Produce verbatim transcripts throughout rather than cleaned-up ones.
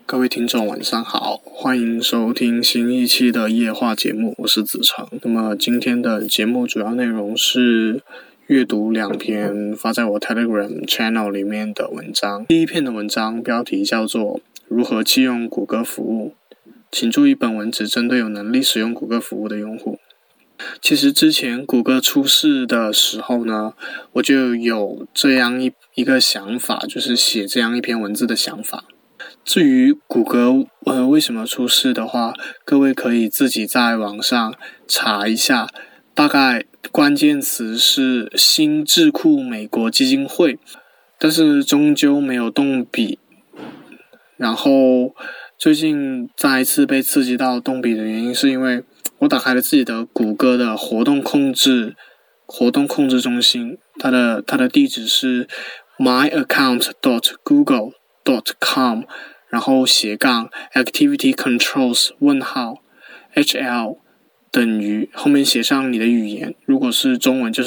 各位听众晚上好，欢迎收听新一期的夜话节目，我是子成。那么今天的节目主要内容是阅读两篇发在我 Telegram channel 里面的文章。第一篇的文章标题叫做如何弃用谷歌服务，请注意本文只针对有能力使用谷歌服务的用户。其实之前谷歌出事的时候呢，我就有这样一一个想法，就是写这样一篇文字的想法。至于谷歌呃为什么出事的话，各位可以自己在网上查一下，大概关键词是新智库美国基金会，但是终究没有动笔。然后最近再一次被刺激到动笔的原因，是因为我打开了自己的谷歌的活动控制活动控制中心，它的它的地址是 my account dot google dot com， 然后斜杠 activity controls 问号 hl 等于后面写上你的语言，如果是中文就是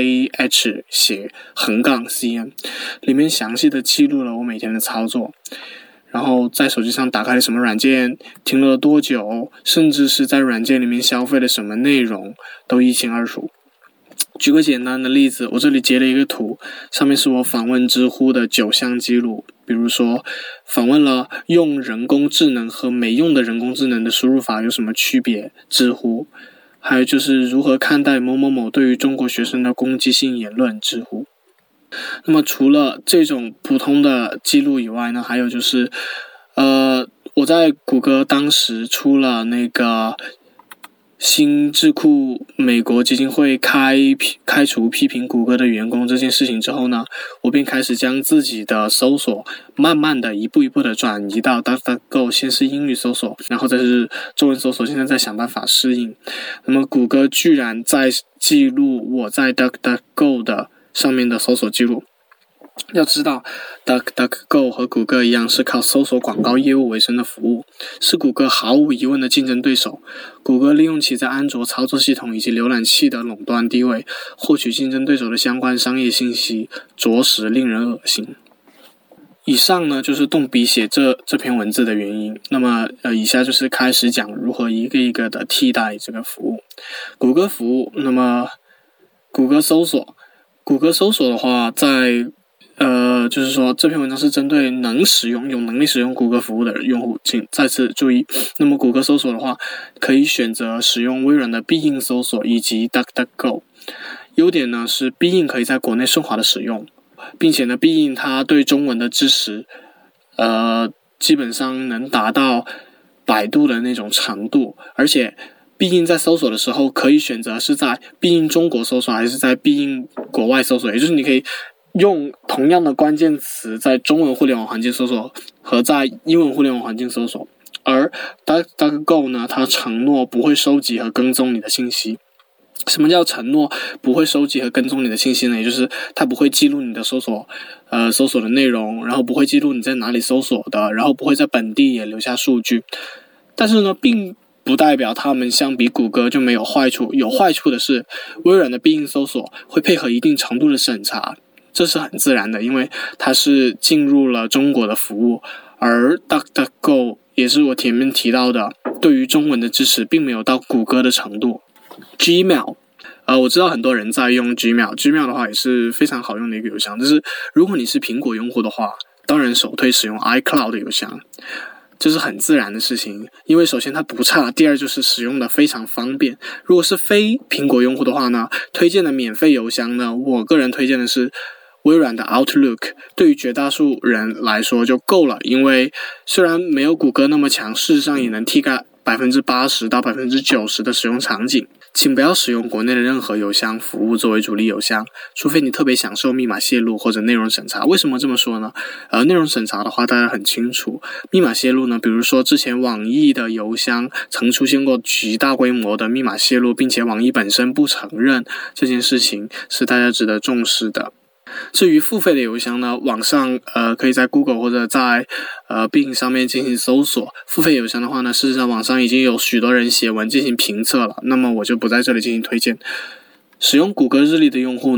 zh 写横杠 cm， 里面详细的记录了我每天的操作，然后在手机上打开了什么软件，停留了多久，甚至是在软件里面消费了什么内容，都一清二楚。举个简单的例子，我这里截了一个图，上面是我访问知乎的九项记录，比如说访问了用人工智能和没用的人工智能的输入法有什么区别，知乎；还有就是如何看待某某某对于中国学生的攻击性言论，知乎。那么除了这种普通的记录以外呢，还有就是呃，我在谷歌当时出了那个新智库美国基金会开开除批评谷歌的员工这件事情之后呢，我便开始将自己的搜索慢慢的一步一步的转移到 DuckDuckGo， 先是英语搜索，然后再是中文搜索，现在在想办法适应。那么谷歌居然在记录我在 DuckDuckGo 的上面的搜索记录。要知道 DuckDuckGo 和谷歌一样是靠搜索广告业务为生的服务，是谷歌毫无疑问的竞争对手。谷歌利用其在安卓操作系统以及浏览器的垄断地位，获取竞争对手的相关商业信息，着实令人恶心。以上呢就是动笔写这这篇文字的原因。那么呃，以下就是开始讲如何一个一个的替代这个服务。谷歌服务，那么谷歌搜索，谷歌搜索的话，在呃，就是说这篇文章是针对能使用、有能力使用谷歌服务的用户，请再次注意。那么谷歌搜索的话，可以选择使用微软的必应搜索以及 DuckDuckGo。优点呢是必应可以在国内顺滑的使用，并且呢必应它对中文的支持，呃，基本上能达到百度的那种程度，而且必应在搜索的时候可以选择是在必应中国搜索还是在必应国外搜索，也就是你可以用同样的关键词在中文互联网环境搜索和在英文互联网环境搜索。而 DuckDuckGo 呢，它承诺不会收集和跟踪你的信息。什么叫承诺不会收集和跟踪你的信息呢？也就是它不会记录你的搜索呃搜索的内容，然后不会记录你在哪里搜索的，然后不会在本地也留下数据。但是呢，并不代表他们相比谷歌就没有坏处。有坏处的是，微软的必应搜索会配合一定程度的审查，这是很自然的，因为它是进入了中国的服务。而 DuckDuckGo 也是我前面提到的，对于中文的支持并没有到谷歌的程度。Gmail， 呃，我知道很多人在用 Gmail，Gmail 的话也是非常好用的一个邮箱。但是如果你是苹果用户的话，当然首推使用 iCloud 的邮箱，这是很自然的事情，因为首先它不差，第二就是使用的非常方便。如果是非苹果用户的话呢，推荐的免费邮箱呢，我个人推荐的是微软的 Outlook， 对于绝大多数人来说就够了，因为虽然没有谷歌那么强，事实上也能替代百分之八十到百分之九十的使用场景。请不要使用国内的任何邮箱服务作为主力邮箱，除非你特别享受密码泄露或者内容审查。为什么这么说呢？呃，内容审查的话大家很清楚，密码泄露呢，比如说之前网易的邮箱曾出现过极大规模的密码泄露，并且网易本身不承认这件事情，是大家值得重视的。至于付费的邮箱呢，网上呃可以在 Google 或者在呃 Bing 上面进行搜索。付费邮箱的话呢，事实上网上已经有许多人写文进行评测了，那么我就不在这里进行推荐。使用谷歌日历的用户呢，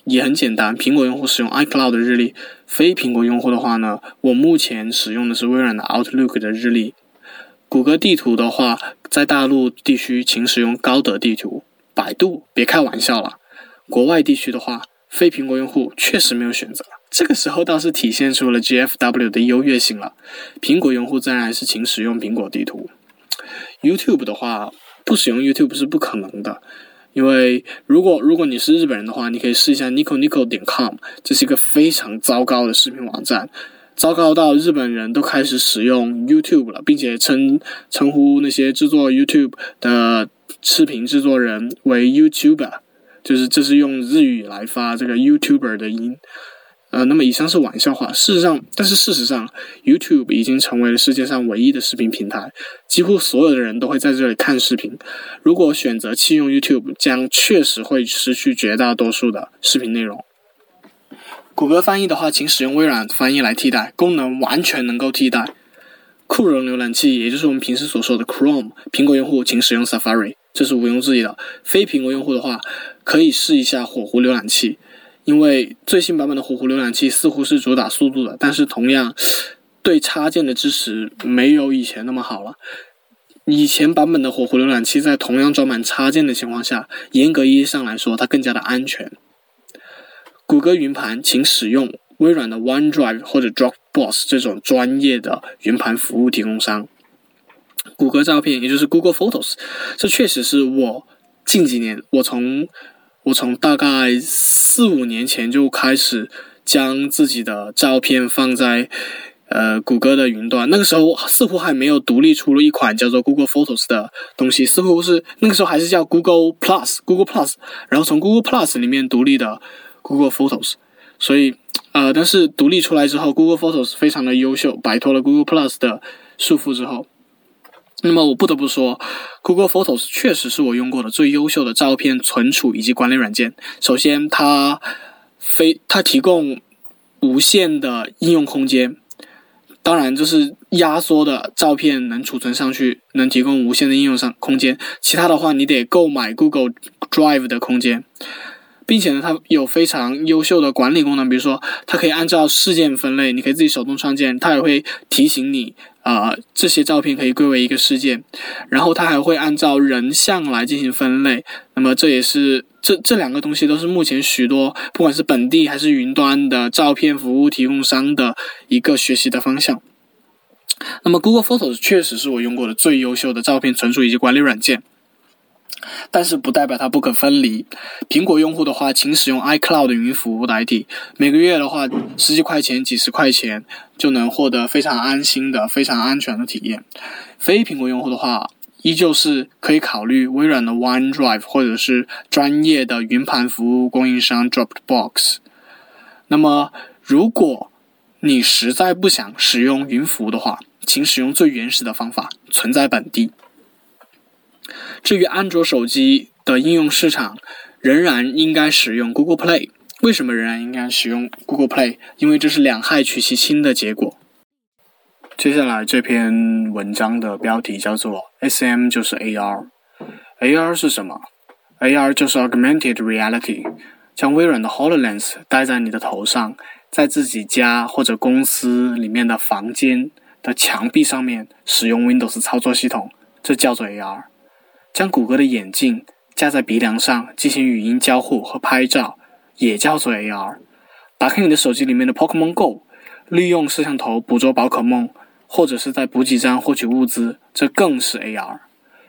也很简单，苹果用户使用 iCloud 的日历，非苹果用户的话呢，我目前使用的是微软的 Outlook 的日历。谷歌地图的话，在大陆地区请使用高德地图，百度别开玩笑了。国外地区的话，非苹果用户确实没有选择，这个时候倒是体现出了 G F W 的优越性了。苹果用户自然还是请使用苹果地图。YouTube 的话，不使用 YouTube 是不可能的。因为如果如果你是日本人的话，你可以试一下 nico nico 点 com， 这是一个非常糟糕的视频网站，糟糕到日本人都开始使用 YouTube 了，并且称称呼那些制作 YouTube 的视频制作人为 YouTuber， 就是这是用日语来发这个 YouTuber 的音。呃，那么以上是玩笑话，事实上，但是事实上 ，YouTube 已经成为了世界上唯一的视频平台，几乎所有的人都会在这里看视频。如果选择弃用 YouTube， 将确实会失去绝大多数的视频内容。谷歌翻译的话，请使用微软翻译来替代，功能完全能够替代。酷睿浏览器，也就是我们平时所说的 Chrome， 苹果用户请使用 Safari， 这是毋庸置疑的。非苹果用户的话，可以试一下火狐浏览器。因为最新版本的火狐浏览器似乎是主打速度的，但是同样对插件的支持没有以前那么好了。以前版本的火狐浏览器在同样装满插件的情况下，严格意义上来说它更加的安全。谷歌云盘请使用微软的 OneDrive 或者 Dropbox 这种专业的云盘服务提供商。谷歌照片也就是 Google Photos， 这确实是我近几年我从我从大概四五年前就开始将自己的照片放在呃谷歌的云端，那个时候似乎还没有独立出了一款叫做 Google Photos 的东西，似乎是那个时候还是叫 Google Plus Google Plus， 然后从 Google Plus 里面独立的 Google Photos， 所以呃但是独立出来之后 Google Photos 非常的优秀，摆脱了 Google Plus 的束缚之后，那么我不得不说 Google Photos 确实是我用过的最优秀的照片存储以及管理软件。首先它非它提供无限的应用空间，当然就是压缩的照片能储存上去，能提供无限的应用上空间，其他的话你得购买 Google Drive 的空间，并且呢它有非常优秀的管理功能，比如说它可以按照事件分类，你可以自己手动创建，它也会提醒你呃，这些照片可以归为一个事件，然后它还会按照人像来进行分类。那么这也是这这两个东西都是目前许多不管是本地还是云端的照片服务提供商的一个学习的方向。那么 Google Photos 确实是我用过的最优秀的照片存储以及管理软件，但是不代表它不可分离。苹果用户的话，请使用 iCloud 的云服务代替，每个月的话十几块钱几十块钱就能获得非常安心的非常安全的体验。非苹果用户的话，依旧是可以考虑微软的 OneDrive 或者是专业的云盘服务供应商 Dropbox。 那么如果你实在不想使用云服务的话，请使用最原始的方法，存在本地。至于安卓手机的应用市场，仍然应该使用 Google Play。 为什么仍然应该使用 Google Play？ 因为这是两害取其轻的结果。接下来这篇文章的标题叫做 S M 就是 A R。 A R 是什么？ A R 就是 Augmented Reality， 将微软的 HoloLens 戴在你的头上，在自己家或者公司里面的房间的墙壁上面使用 Windows 操作系统，这叫做 A R。将谷歌的眼镜架在鼻梁上进行语音交互和拍照，也叫做 A R。 打开你的手机里面的 Pokemon Go， 利用摄像头捕捉宝可梦，或者是在补给站获取物资，这更是 A R。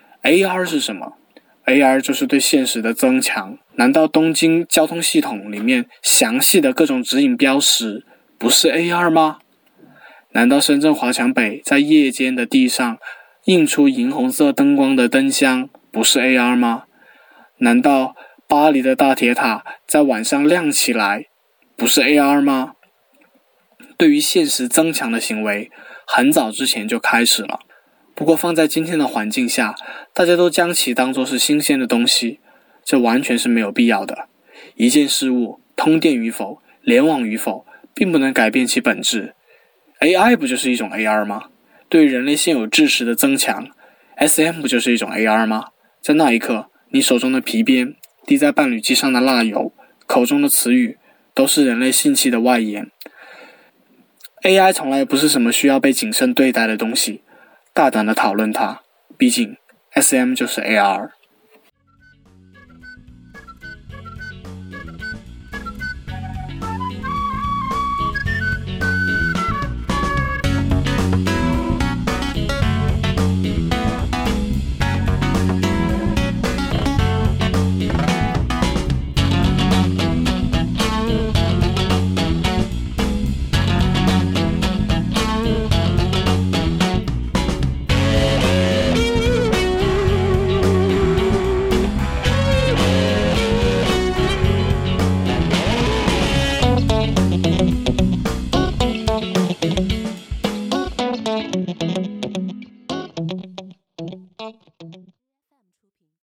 A R 是什么？ A R 就是对现实的增强。难道东京交通系统里面详细的各种指引标识不是 A R 吗？难道深圳华强北在夜间的地上映出银红色灯光的灯箱不是 A R 吗？难道巴黎的大铁塔在晚上亮起来不是 A R 吗？对于现实增强的行为很早之前就开始了，不过放在今天的环境下，大家都将其当作是新鲜的东西，这完全是没有必要的。一件事物通电与否，联网与否，并不能改变其本质。 A I 不就是一种 A R 吗？对人类现有知识的增强， S M 不就是一种 A R 吗？在那一刻，你手中的皮鞭，滴在伴侣机上的蜡油， 口中的词语都是人类性器的外延。A I 从来不是什么需要被谨慎对待的东西，大胆的讨论它，毕竟 S M 就是 A R。